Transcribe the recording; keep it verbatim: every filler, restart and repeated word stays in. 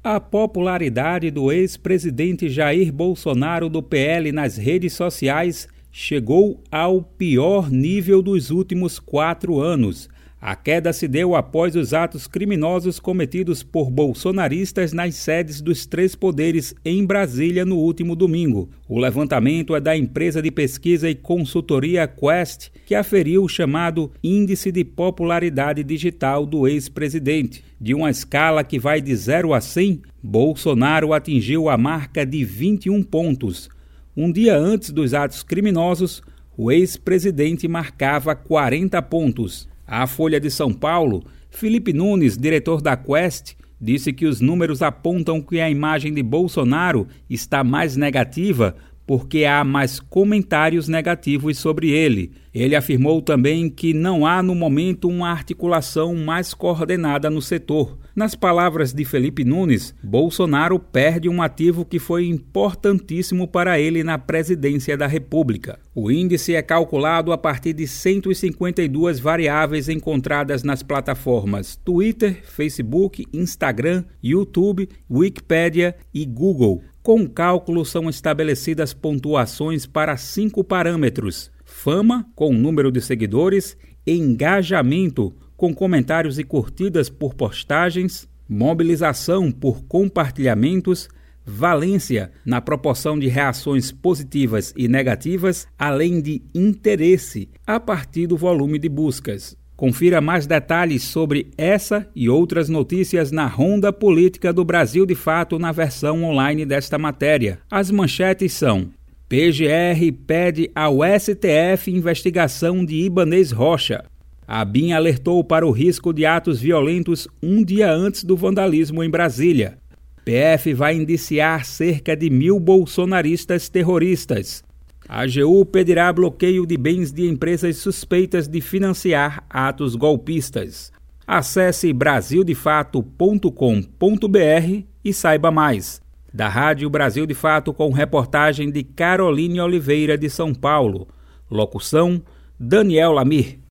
A popularidade do ex-presidente Jair Bolsonaro do P L nas redes sociais chegou ao pior nível dos últimos quatro anos. A queda se deu após os atos criminosos cometidos por bolsonaristas nas sedes dos três poderes em Brasília no último domingo. O levantamento é da empresa de pesquisa e consultoria Quest, que aferiu o chamado Índice de Popularidade Digital do ex-presidente. De uma escala que vai de zero a cem, Bolsonaro atingiu a marca de vinte e um pontos. Um dia antes dos atos criminosos, o ex-presidente marcava quarenta pontos. À Folha de São Paulo, Felipe Nunes, diretor da Quest, disse que os números apontam que a imagem de Bolsonaro está mais negativa porque há mais comentários negativos sobre ele. Ele afirmou também que não há no momento uma articulação mais coordenada no setor. Nas palavras de Felipe Nunes, Bolsonaro perde um ativo que foi importantíssimo para ele na presidência da República. O índice é calculado a partir de cento e cinquenta e duas variáveis encontradas nas plataformas Twitter, Facebook, Instagram, YouTube, Wikipédia e Google. Com o cálculo são estabelecidas pontuações para cinco parâmetros: fama, com número de seguidores, engajamento, com comentários e curtidas por postagens, mobilização por compartilhamentos, valência, na proporção de reações positivas e negativas, além de interesse, a partir do volume de buscas. Confira mais detalhes sobre essa e outras notícias na Ronda Política do Brasil de Fato na versão online desta matéria. As manchetes são: P G R pede ao S T F investigação de Ibanez Rocha. A ABIN alertou para o risco de atos violentos um dia antes do vandalismo em Brasília. P F vai indiciar cerca de mil bolsonaristas terroristas. A AGU pedirá bloqueio de bens de empresas suspeitas de financiar atos golpistas. Acesse brasil de fato ponto com ponto b r e saiba mais. Da Rádio Brasil de Fato, com reportagem de Caroline Oliveira de São Paulo. Locução: Daniel Lamir.